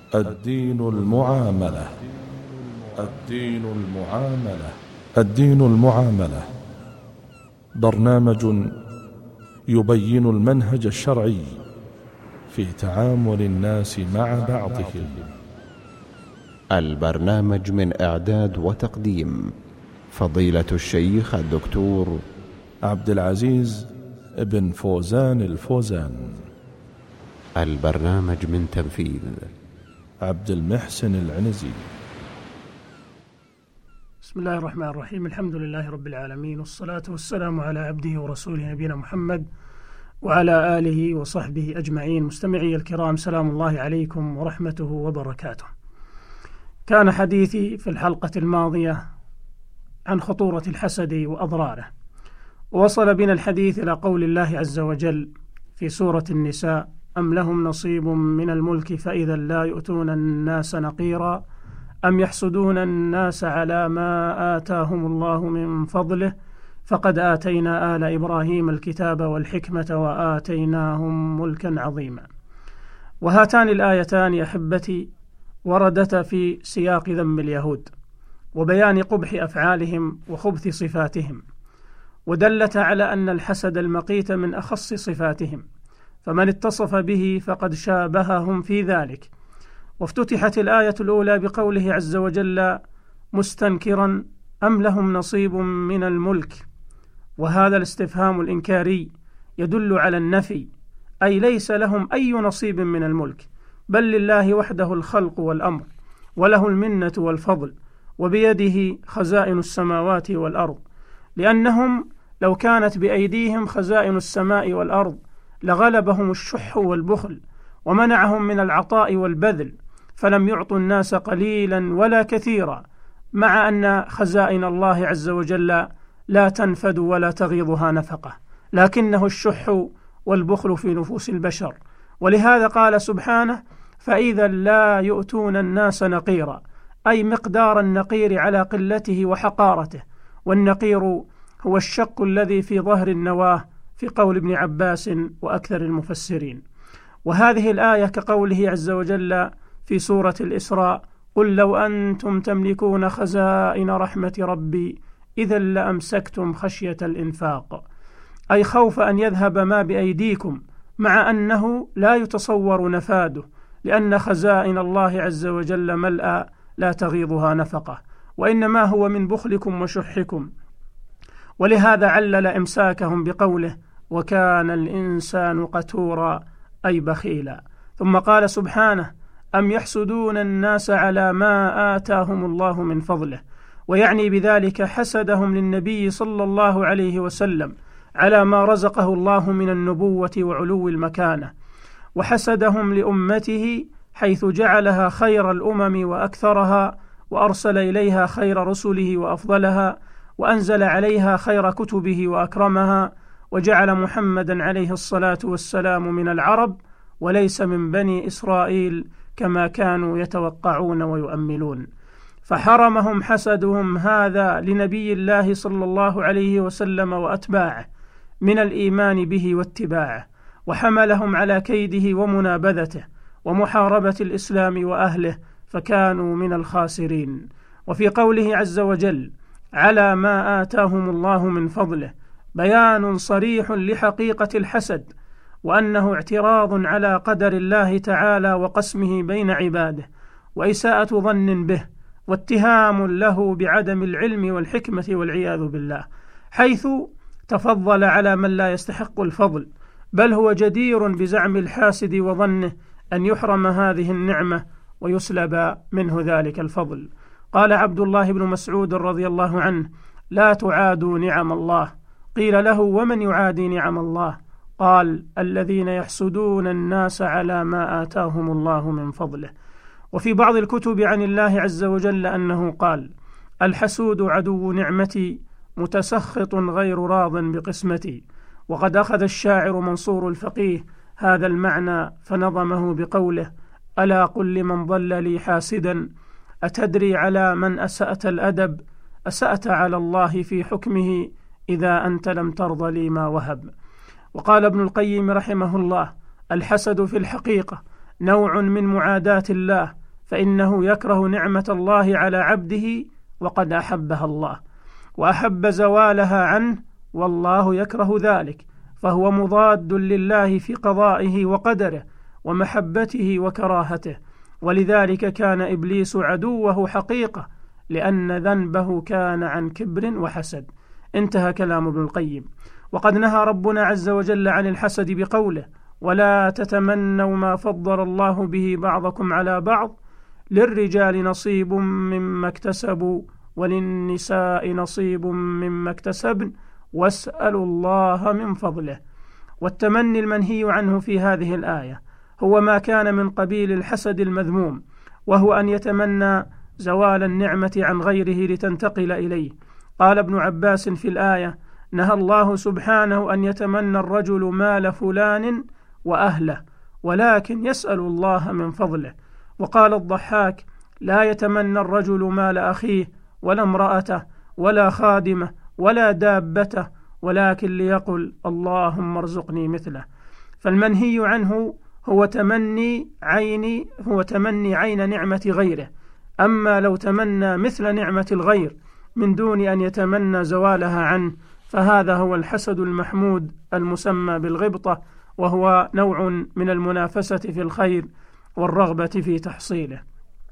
الدين المعاملة. الدين المعاملة. الدين المعاملة برنامج يبين المنهج الشرعي في تعامل الناس مع بعضهم. البرنامج من إعداد وتقديم فضيلة الشيخ الدكتور عبد العزيز بن فوزان الفوزان. البرنامج من تنفيذ عبد المحسن العنزي. بسم الله الرحمن الرحيم. الحمد لله رب العالمين، والصلاة والسلام على عبده ورسوله نبينا محمد وعلى آله وصحبه أجمعين. مستمعي الكرام، سلام الله عليكم ورحمته وبركاته. كان حديثي في الحلقة الماضية عن خطورة الحسد وأضراره، ووصل بنا الحديث إلى قول الله عز وجل في سورة النساء: أم لهم نصيب من الملك فإذا لا يؤتون الناس نقيرا أم يحسدون الناس على ما آتاهم الله من فضله فقد آتينا آل إبراهيم الكتاب والحكمة وآتيناهم ملكا عظيما. وهاتان الآيتان أحبتي وردتا في سياق ذم اليهود وبيان قبح أفعالهم وخبث صفاتهم، ودلت على أن الحسد المقيت من أخص صفاتهم، فمن اتصف به فقد شابههم في ذلك. وافتتحت الآية الأولى بقوله عز وجل مستنكرا: أم لهم نصيب من الملك؟ وهذا الاستفهام الإنكاري يدل على النفي، أي ليس لهم أي نصيب من الملك، بل لله وحده الخلق والأمر، وله المنة والفضل، وبيده خزائن السماوات والأرض، لأنهم لو كانت بأيديهم خزائن السماء والأرض لغلبهم الشح والبخل ومنعهم من العطاء والبذل، فلم يعطوا الناس قليلا ولا كثيرا، مع أن خزائن الله عز وجل لا تنفد ولا تغيضها نفقة، لكنه الشح والبخل في نفوس البشر. ولهذا قال سبحانه: فإذا لا يؤتون الناس نقيرا، أي مقدار النقير على قلته وحقارته. والنقير هو الشق الذي في ظهر النواة في قول ابن عباس وأكثر المفسرين. وهذه الآية كقوله عز وجل في سورة الإسراء: قل لو أنتم تملكون خزائن رحمة ربي إذا لأمسكتم خشية الإنفاق، أي خوف أن يذهب ما بأيديكم، مع أنه لا يتصور نفاده، لأن خزائن الله عز وجل ملأ لا تغيضها نفقة، وإنما هو من بخلكم وشحكم. ولهذا علل إمساكهم بقوله: وكان الإنسان قتورا، أي بخيلا. ثم قال سبحانه: أم يحسدون الناس على ما آتاهم الله من فضله، ويعني بذلك حسدهم للنبي صلى الله عليه وسلم على ما رزقه الله من النبوة وعلو المكانة، وحسدهم لأمته حيث جعلها خير الأمم وأكثرها، وأرسل إليها خير رسله وأفضلها، وأنزل عليها خير كتبه وأكرمها، وجعل محمدا عليه الصلاة والسلام من العرب وليس من بني إسرائيل كما كانوا يتوقعون ويؤملون، فحرمهم حسدهم هذا لنبي الله صلى الله عليه وسلم وأتباعه من الإيمان به واتباعه، وحملهم على كيده ومنابذته ومحاربة الإسلام وأهله، فكانوا من الخاسرين. وفي قوله عز وجل: على ما آتاهم الله من فضله، بيان صريح لحقيقة الحسد، وأنه اعتراض على قدر الله تعالى وقسمه بين عباده، وإساءة ظن به، واتهام له بعدم العلم والحكمة والعياذ بالله، حيث تفضل على من لا يستحق الفضل، بل هو جدير بزعم الحاسد وظنه أن يحرم هذه النعمة ويسلب منه ذلك الفضل. قال عبد الله بن مسعود رضي الله عنه: لا تعادوا نعم الله. قيل له: ومن يعادي نعم الله؟ قال: الذين يحسدون الناس على ما آتاهم الله من فضله. وفي بعض الكتب عن الله عز وجل أنه قال: الحسود عدو نعمتي متسخط غير راض بقسمتي. وقد أخذ الشاعر منصور الفقيه هذا المعنى فنظمه بقوله: ألا قل لمن ضل لي حاسدا أتدري على من أسأت الأدب، أسأت على الله في حكمه إذا أنت لم ترض لي ما وهب. وقال ابن القيم رحمه الله: الحسد في الحقيقة نوع من معاداة الله فإنه يكره نعمة الله على عبده وقد أحبها الله، وأحب زوالها عنه والله يكره ذلك، فهو مضاد لله في قضائه وقدره ومحبته وكراهته. ولذلك كان إبليس عدوه حقيقة، لأن ذنبه كان عن كبر وحسد. انتهى كلام ابن القيم. وقد نهى ربنا عز وجل عن الحسد بقوله: ولا تتمنوا ما فضل الله به بعضكم على بعض، للرجال نصيب مما اكتسبوا وللنساء نصيب مما اكتسبن واسألوا الله من فضله. والتمني المنهي عنه في هذه الآية هو ما كان من قبيل الحسد المذموم، وهو أن يتمنى زوال النعمة عن غيره لتنتقل إليه. قال ابن عباس في الآية: نهى الله سبحانه أن يتمنى الرجل مال فلان وأهله، ولكن يسأل الله من فضله. وقال الضحاك: لا يتمنى الرجل مال أخيه ولا امرأته ولا خادمه ولا دابته، ولكن ليقل اللهم ارزقني مثله. فالمنهي عنه هو تمني عين نعمة غيره. أما لو تمنى مثل نعمة الغير من دون أن يتمنى زوالها عنه، فهذا هو الحسد المحمود المسمى بالغبطة، وهو نوع من المنافسة في الخير والرغبة في تحصيله.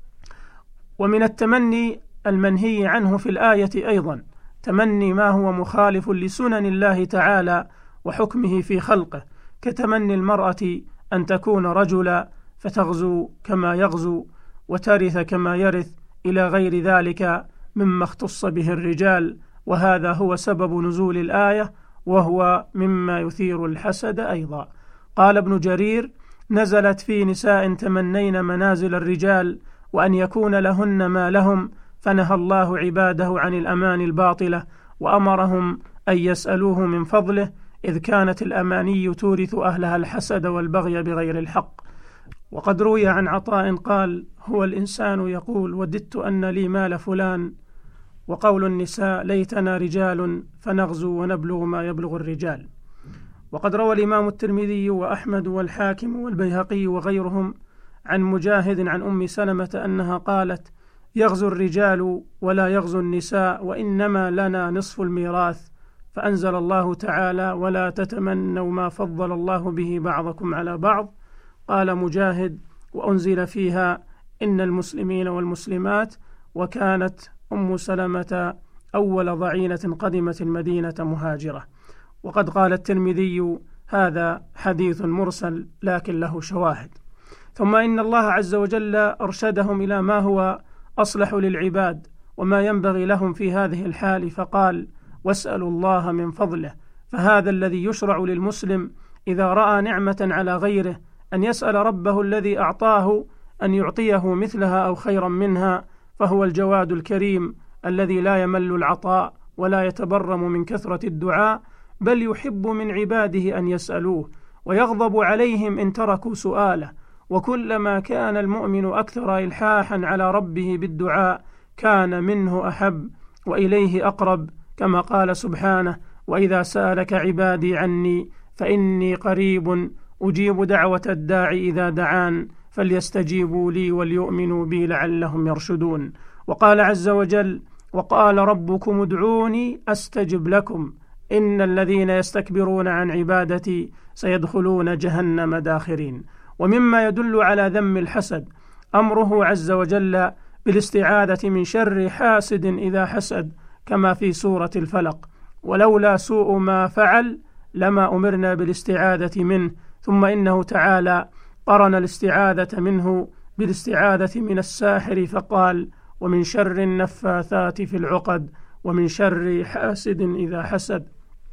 ومن التمني المنهي عنه في الآية أيضا تمني ما هو مخالف لسنن الله تعالى وحكمه في خلقه، كتمني المرأة أن تكون رجلا فتغزو كما يغزو وترث كما يرث إلى غير ذلك مما اختص به الرجال، وهذا هو سبب نزول الآية، وهو مما يثير الحسد أيضا. قال ابن جرير: نزلت في نساء تمنين منازل الرجال وأن يكون لهن ما لهم، فنهى الله عباده عن الأماني الباطلة وأمرهم أن يسألوه من فضله، إذ كانت الأماني تورث أهلها الحسد والبغي بغير الحق. وقد روي عن عطاء قال: هو الإنسان يقول وددت أن لي مال فلان، وقول النساء ليتنا رجال فنغزو ونبلغ ما يبلغ الرجال. وقد روى الإمام الترمذي وأحمد والحاكم والبيهقي وغيرهم عن مجاهد عن أم سلمة أنها قالت: يغزو الرجال ولا يغزو النساء، وإنما لنا نصف الميراث. فأنزل الله تعالى: ولا تتمنوا ما فضل الله به بعضكم على بعض. قال مجاهد: وأنزل فيها إن المسلمين والمسلمات. وكانت أم سلمة أول ضعينة قدمت المدينة مهاجرة. وقد قال الترمذي: هذا حديث مرسل لكن له شواهد. ثم إن الله عز وجل أرشدهم إلى ما هو أصلح للعباد وما ينبغي لهم في هذه الحال، فقال: واسألوا الله من فضله. فهذا الذي يشرع للمسلم إذا رأى نعمة على غيره أن يسأل ربه الذي أعطاه أن يعطيه مثلها أو خيرا منها، فهو الجواد الكريم الذي لا يمل العطاء ولا يتبرم من كثرة الدعاء، بل يحب من عباده أن يسألوه ويغضب عليهم إن تركوا سؤاله. وكلما كان المؤمن أكثر إلحاحا على ربه بالدعاء كان منه أحب وإليه أقرب، كما قال سبحانه: وإذا سألك عبادي عني فإني قريب أجيب دعوة الداعي إذا دعان فليستجيبوا لي وليؤمنوا بي لعلهم يرشدون. وقال عز وجل: وقال ربكم ادعوني أستجب لكم إن الذين يستكبرون عن عبادتي سيدخلون جهنم داخرين. ومما يدل على ذم الحسد أمره عز وجل بالاستعاذة من شر حاسد إذا حسد، كما في سورة الفلق: ولولا سوء ما فعل لما أمرنا بالاستعاذة منه. ثم إنه تعالى قرن الاستعاذة منه بالاستعاذة من الساحر، فقال: ومن شر النفاثات في العقد ومن شر حاسد إذا حسد.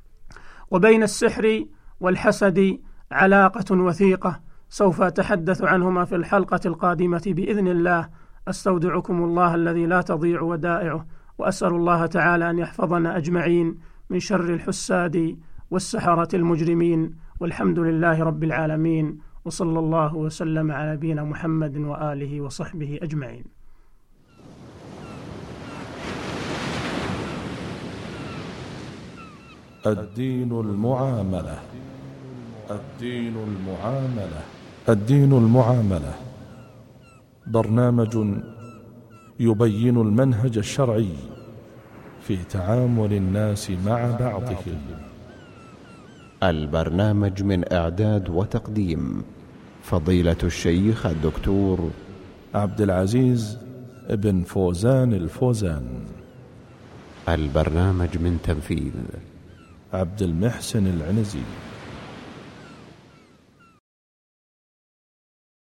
وبين السحر والحسد علاقة وثيقة سوف أتحدث عنهما في الحلقة القادمة بإذن الله. أستودعكم الله الذي لا تضيع ودائعه، وأسأل الله تعالى أن يحفظنا أجمعين من شر الحساد والسحرة المجرمين، والحمد لله رب العالمين، وصلى الله وسلم على نبينا محمد وآله وصحبه أجمعين. الدين المعاملة. الدين المعاملة. الدين المعاملة برنامج يبين المنهج الشرعي في تعامل الناس مع بعضهم. البرنامج من إعداد وتقديم فضيلة الشيخ الدكتور عبد العزيز بن فوزان الفوزان. البرنامج من تنفيذ عبد المحسن العنزي.